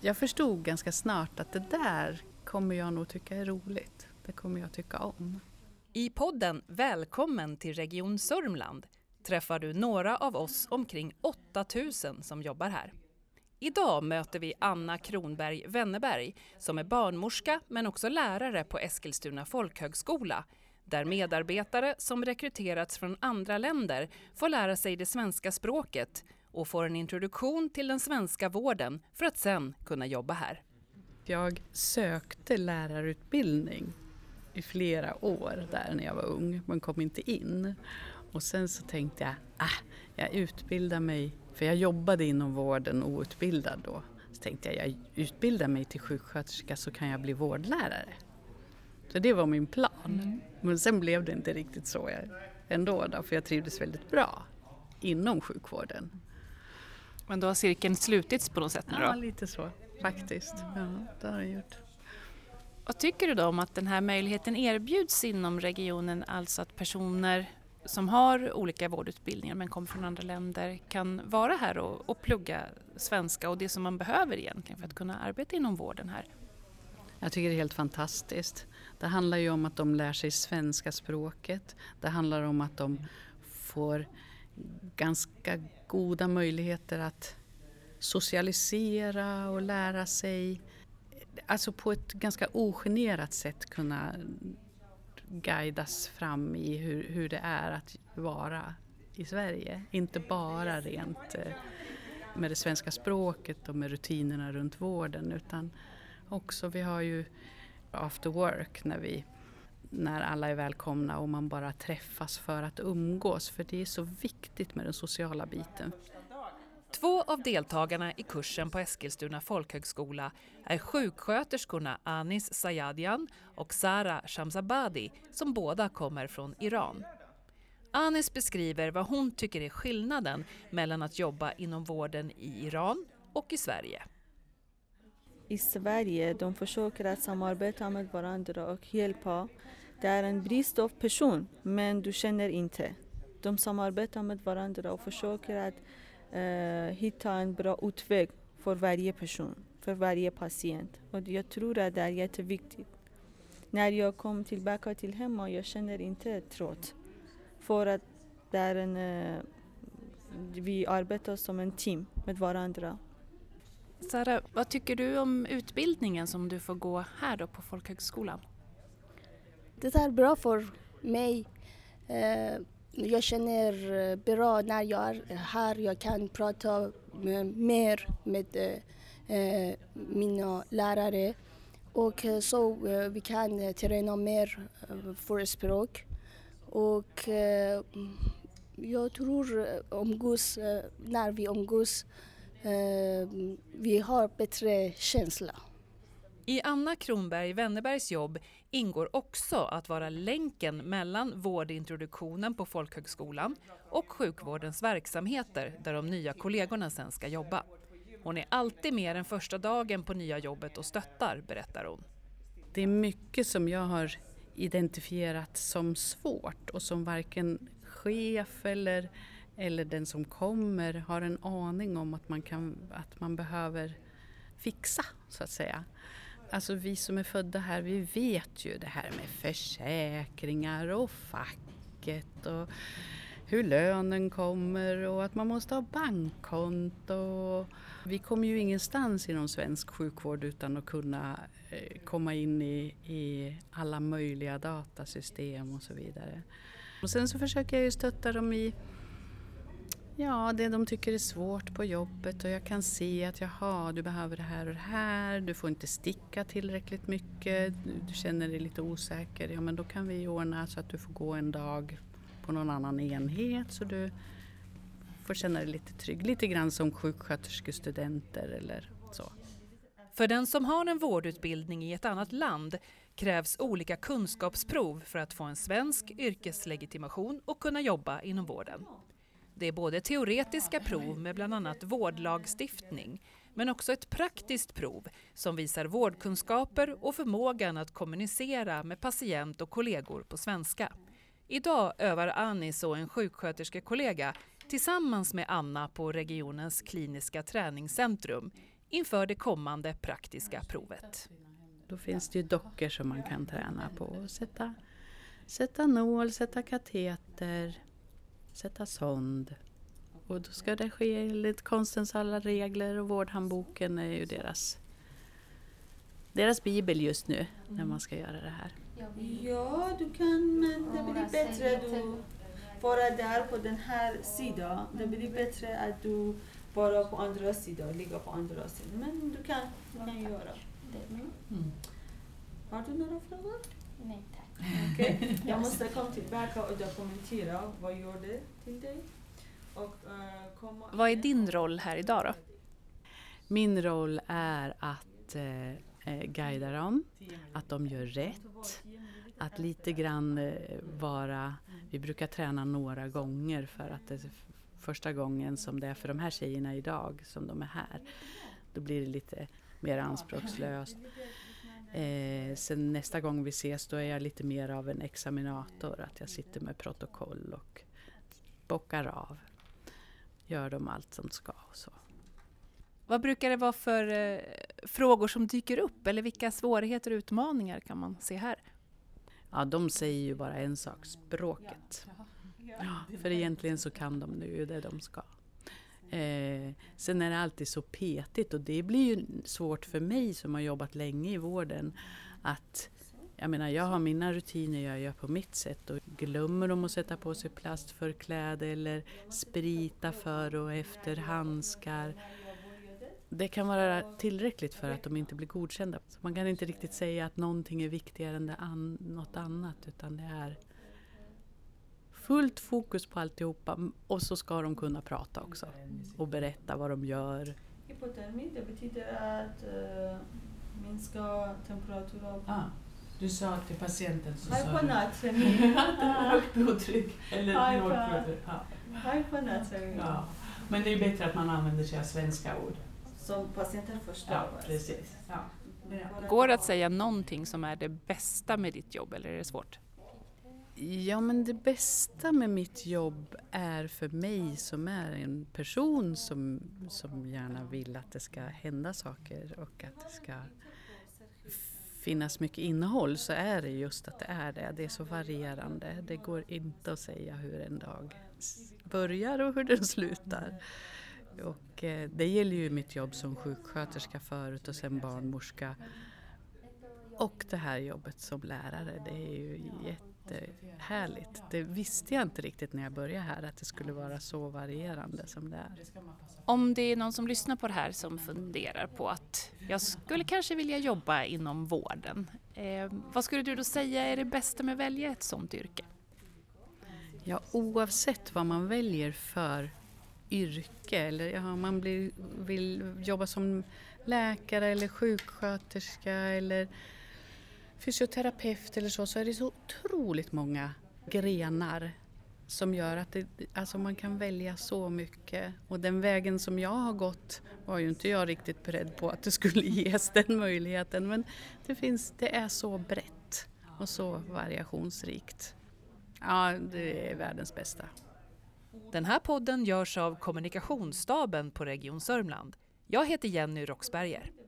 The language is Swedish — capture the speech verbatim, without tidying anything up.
jag förstod ganska snart att det där kommer jag nog tycka är roligt. Det kommer jag tycka om. I podden Välkommen till Region Sörmland träffar du några av oss omkring åtta tusen som jobbar här. Idag möter vi Anna Kronberg Wennerberg som är barnmorska men också lärare på Eskilstuna folkhögskola, där medarbetare som rekryterats från andra länder får lära sig det svenska språket och får en introduktion till den svenska vården för att sen kunna jobba här. Jag sökte lärarutbildning i flera år där när jag var ung, men kom inte in. Och sen så tänkte jag, ah, jag utbildar mig, för jag jobbade inom vården outbildad då. Så tänkte jag, jag utbildar mig till sjuksköterska så kan jag bli vårdlärare. Så det var min plan. Mm. Men sen blev det inte riktigt så ändå då, för jag trivdes väldigt bra inom sjukvården. Men då har cirkeln slutits på något sätt nu då? Ja, lite så faktiskt. Ja, det har jag gjort. Vad tycker du då om att den här möjligheten erbjuds inom regionen, alltså att personer som har olika vårdutbildningar men kommer från andra länder kan vara här och, och plugga svenska och det som man behöver egentligen för att kunna arbeta inom vården här? Jag tycker det är helt fantastiskt. Det handlar ju om att de lär sig svenska språket. Det handlar om att de får ganska goda möjligheter att socialisera och lära sig. Alltså på ett ganska ogenerat sätt kunna guidas fram i hur, hur det är att vara i Sverige. Inte bara rent med det svenska språket och med rutinerna runt vården, utan också vi har ju after work när vi när alla är välkomna och man bara träffas för att umgås, för det är så viktigt med den sociala biten. Två av deltagarna i kursen på Eskilstuna folkhögskola är sjuksköterskorna Anis Sayadian och Sara Shamsabadi som båda kommer från Iran. Anis beskriver vad hon tycker är skillnaden mellan att jobba inom vården i Iran och i Sverige. I Sverige de försöker att samarbeta med varandra och hjälpa. Det är en brist av person, men du känner inte. De samarbetar med varandra och försöker att Uh, hitta en bra utväg för varje person, för varje patient. Och jag tror att det är jätteviktigt. När jag kom tillbaka till hemma, jag känner inte trött. För att det är en, uh, vi arbetar som en team med varandra. Sara, vad tycker du om utbildningen som du får gå här då på folkhögskolan? Det är bra för mig. Uh, Jag känner bra när jag är här. Jag kan prata mer med eh, mina lärare. Och så eh, vi kan träna mer för språk. Och eh, jag tror omgås, när vi umgås eh, vi har bättre känsla. I Anna Kronberg Wennerbergs jobb ingår också att vara länken mellan vårdintroduktionen på folkhögskolan och sjukvårdens verksamheter där de nya kollegorna sen ska jobba. Hon är alltid med den första dagen på nya jobbet och stöttar, berättar hon. Det är mycket som jag har identifierat som svårt och som varken chef eller, eller den som kommer har en aning om att man, kan, att man behöver fixa, så att säga. Alltså vi som är födda här, vi vet ju det här med försäkringar och facket och hur lönen kommer och att man måste ha bankkonto. Vi kommer ju ingenstans inom svensk sjukvård utan att kunna eh, komma in i, i alla möjliga datasystem och så vidare. Och sen så försöker jag ju stötta dem i ja, det de tycker är svårt på jobbet, och jag kan se att jaha, du behöver det här och det här, du får inte sticka tillräckligt mycket, du känner dig lite osäker, ja men då kan vi ordna så att du får gå en dag på någon annan enhet så du får känna dig lite trygg, lite grann som sjuksköterskestudenter eller så. För den som har en vårdutbildning i ett annat land krävs olika kunskapsprov för att få en svensk yrkeslegitimation och kunna jobba inom vården. Det är både teoretiska prov med bland annat vårdlagstiftning, men också ett praktiskt prov som visar vårdkunskaper och förmågan att kommunicera med patient och kollegor på svenska. Idag övar Anis och en sjuksköterskekollega tillsammans med Anna på regionens kliniska träningscentrum inför det kommande praktiska provet. Då finns det ju dockor som man kan träna på. Sätta, sätta nål, sätta kateter, sätta sond. Och då ska det ske enligt konstens alla regler, och vårdhandboken är ju deras, deras bibel just nu när man ska göra det här. Ja, du kan, men det blir bättre att du vara där på den här sidan. Det blir bättre att du bara på andra sidan, ligga på andra sidan. Men du kan, du kan göra det. Mm. Har du några frågor? Nej, tack. Okay. Jag måste komma tillbaka och dokumentera vad gör det till dig. Och, uh, komma... Vad är din roll här idag då? Min roll är att eh, guida dem, att de gör rätt, att lite grann eh, vara, vi brukar träna några gånger för att det är första gången som det är för de här tjejerna idag som de är här, då blir det lite mer anspråkslöst. Eh, sen nästa gång vi ses då är jag lite mer av en examinator, att jag sitter med protokoll och bockar av, gör dem allt som ska och så. Vad brukar det vara för eh, frågor som dyker upp, eller vilka svårigheter och utmaningar kan man se här? Ja, de säger ju bara en sak, språket. Ja, för egentligen så kan de nu det de ska. Eh, sen är det alltid så petigt, och det blir ju svårt för mig som har jobbat länge i vården att, jag menar, jag har mina rutiner jag gör på mitt sätt, och glömmer de att sätta på sig plastförkläde eller sprita för och efter handskar. Det kan vara tillräckligt för att de inte blir godkända. Så man kan inte riktigt säga att någonting är viktigare än det an- något annat, utan det är fullt fokus på alltihopa, och så ska de kunna prata också och berätta vad de gör. Hypotermi, det betyder att uh, minska temperatur. Ah, du sa till patienten så Hyponatremi. högt blodtryck eller lågt blodtryck. Ja. Hyponatremi. Ja. Men det är bättre att man använder sig av svenska ord. Som patienten förstår. Ja, precis. Ja. Går det att säga någonting som är det bästa med ditt jobb, eller är det svårt? Ja, men det bästa med mitt jobb är för mig som är en person som, som gärna vill att det ska hända saker och att det ska finnas mycket innehåll, så är det just att det är det. Det är så varierande. Det går inte att säga hur en dag börjar och hur den slutar. Och eh, det gäller ju mitt jobb som sjuksköterska förut och sen barnmorska. Och det här jobbet som lärare, det är ju jättehärligt. Det visste jag inte riktigt när jag började här, att det skulle vara så varierande som det är. Om det är någon som lyssnar på det här som funderar på att jag skulle kanske vilja jobba inom vården. Eh, vad skulle du då säga är det bästa med att välja ett sånt yrke? Ja, oavsett vad man väljer för yrke, eller ja, man blir, vill jobba som läkare eller sjuksköterska eller fysioterapeut eller så, så är det så otroligt många grenar som gör att det, alltså man kan välja så mycket. Och den vägen som jag har gått var ju inte jag riktigt beredd på att det skulle ges den möjligheten, men det finns, det är så brett och så variationsrikt. Ja, det är världens bästa. Den här podden görs av kommunikationsstaben på Region Sörmland. Jag heter Jenny Roxberger.